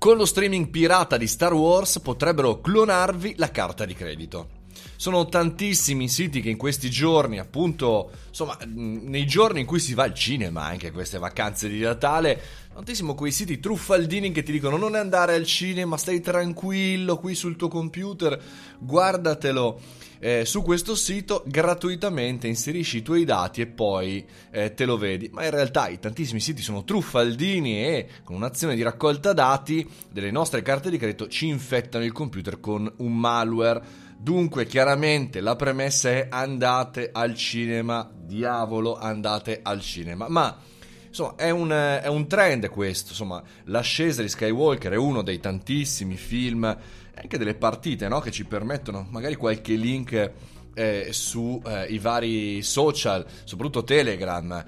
Con lo streaming pirata di Star Wars potrebbero clonarvi la carta di credito. Sono tantissimi i siti che in questi giorni, appunto, insomma, nei giorni in cui si va al cinema, anche queste vacanze di Natale, tantissimo quei siti truffaldini che ti dicono non andare al cinema, stai tranquillo qui sul tuo computer, guardatelo su questo sito gratuitamente, inserisci i tuoi dati e poi te lo vedi. Ma in realtà i tantissimi siti sono truffaldini e con un'azione di raccolta dati delle nostre carte di credito ci infettano il computer con un malware. Dunque, chiaramente la premessa è andate al cinema, diavolo, andate al cinema. Ma insomma è un trend questo, insomma l'ascesa di Skywalker è uno dei tantissimi film, anche delle partite, no? Che ci permettono magari qualche link su i vari social, soprattutto Telegram,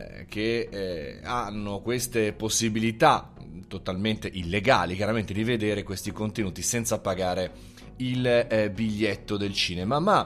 che hanno queste possibilità totalmente illegali, chiaramente, di vedere questi contenuti senza pagare il biglietto del cinema, ma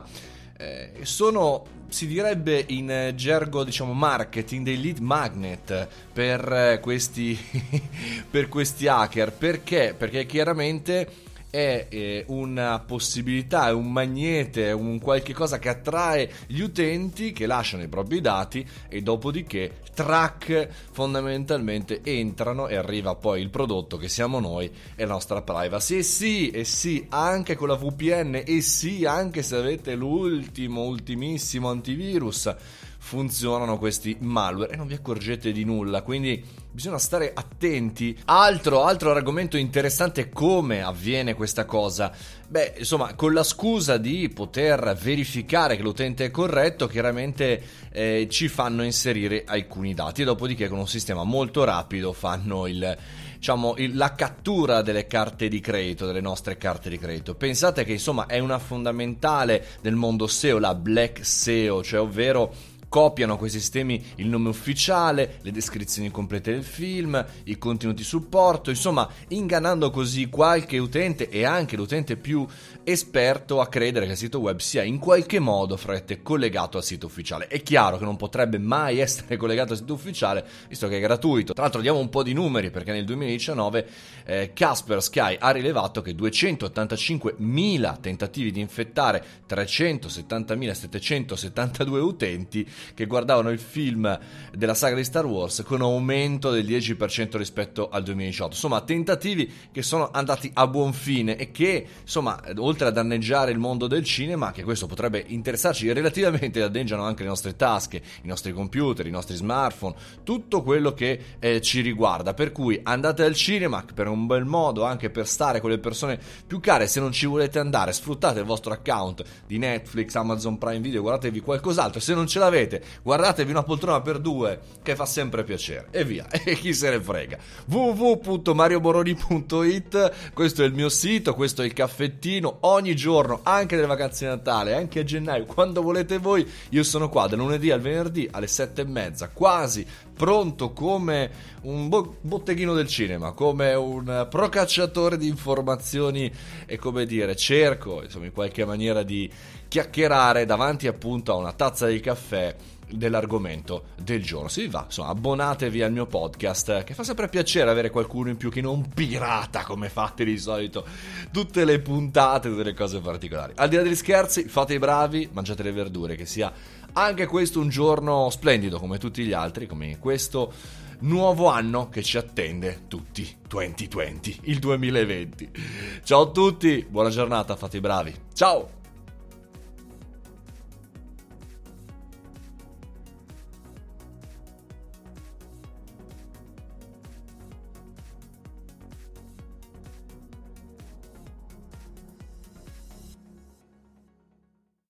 sono, si direbbe in gergo, diciamo, marketing, dei lead magnet per questi per questi hacker. Perché chiaramente è una possibilità, è un magnete, è un qualche cosa che attrae gli utenti che lasciano i propri dati e dopodiché track, fondamentalmente entrano e arriva poi il prodotto che siamo noi e la nostra privacy. E sì, anche con la VPN, e sì, anche se avete ultimissimo antivirus, funzionano questi malware e non vi accorgete di nulla, quindi bisogna stare attenti. Altro argomento interessante è come avviene questa cosa. Beh, insomma, con la scusa di poter verificare che l'utente è corretto, chiaramente ci fanno inserire alcuni dati e dopodiché con un sistema molto rapido fanno la cattura delle carte di credito, delle nostre carte di credito. Pensate che insomma è una fondamentale del mondo SEO, la Black SEO, cioè ovvero copiano questi sistemi il nome ufficiale, le descrizioni complete del film, i contenuti supporto, insomma ingannando così qualche utente e anche l'utente più esperto a credere che il sito web sia in qualche modo collegato al sito ufficiale. È chiaro che non potrebbe mai essere collegato al sito ufficiale visto che è gratuito. Tra l'altro diamo un po' di numeri perché nel 2019 Kaspersky ha rilevato che 285.000 tentativi di infettare 370.772 utenti che guardavano il film della saga di Star Wars, con aumento del 10% rispetto al 2018. Insomma, tentativi che sono andati a buon fine e che, insomma, oltre a danneggiare il mondo del cinema, che questo potrebbe interessarci relativamente, danneggiano anche le nostre tasche, i nostri computer, i nostri smartphone, tutto quello che ci riguarda. Per cui andate al cinema per un bel modo, anche per stare con le persone più care. Se non ci volete andare, sfruttate il vostro account di Netflix, Amazon Prime Video, guardatevi qualcos'altro. Se non ce l'avete, guardatevi una poltrona per due che fa sempre piacere e via, e chi se ne frega. www.marioboroni.it, questo è il mio sito, questo è il caffettino. Ogni giorno, anche nelle vacanze di Natale, anche a gennaio, quando volete voi, io sono qua dal lunedì al venerdì alle 7:30, quasi pronto come un botteghino del cinema, come un procacciatore di informazioni e, come dire, cerco insomma in qualche maniera di chiacchierare davanti appunto a una tazza di caffè dell'argomento del giorno. Se vi va, insomma, abbonatevi al mio podcast, che fa sempre piacere avere qualcuno in più che non pirata come fate di solito tutte le puntate, tutte le cose particolari. Al di là degli scherzi, fate i bravi, mangiate le verdure, che sia anche questo un giorno splendido come tutti gli altri, come questo nuovo anno che ci attende tutti, 2020, il 2020. Ciao a tutti, buona giornata, fate i bravi, ciao!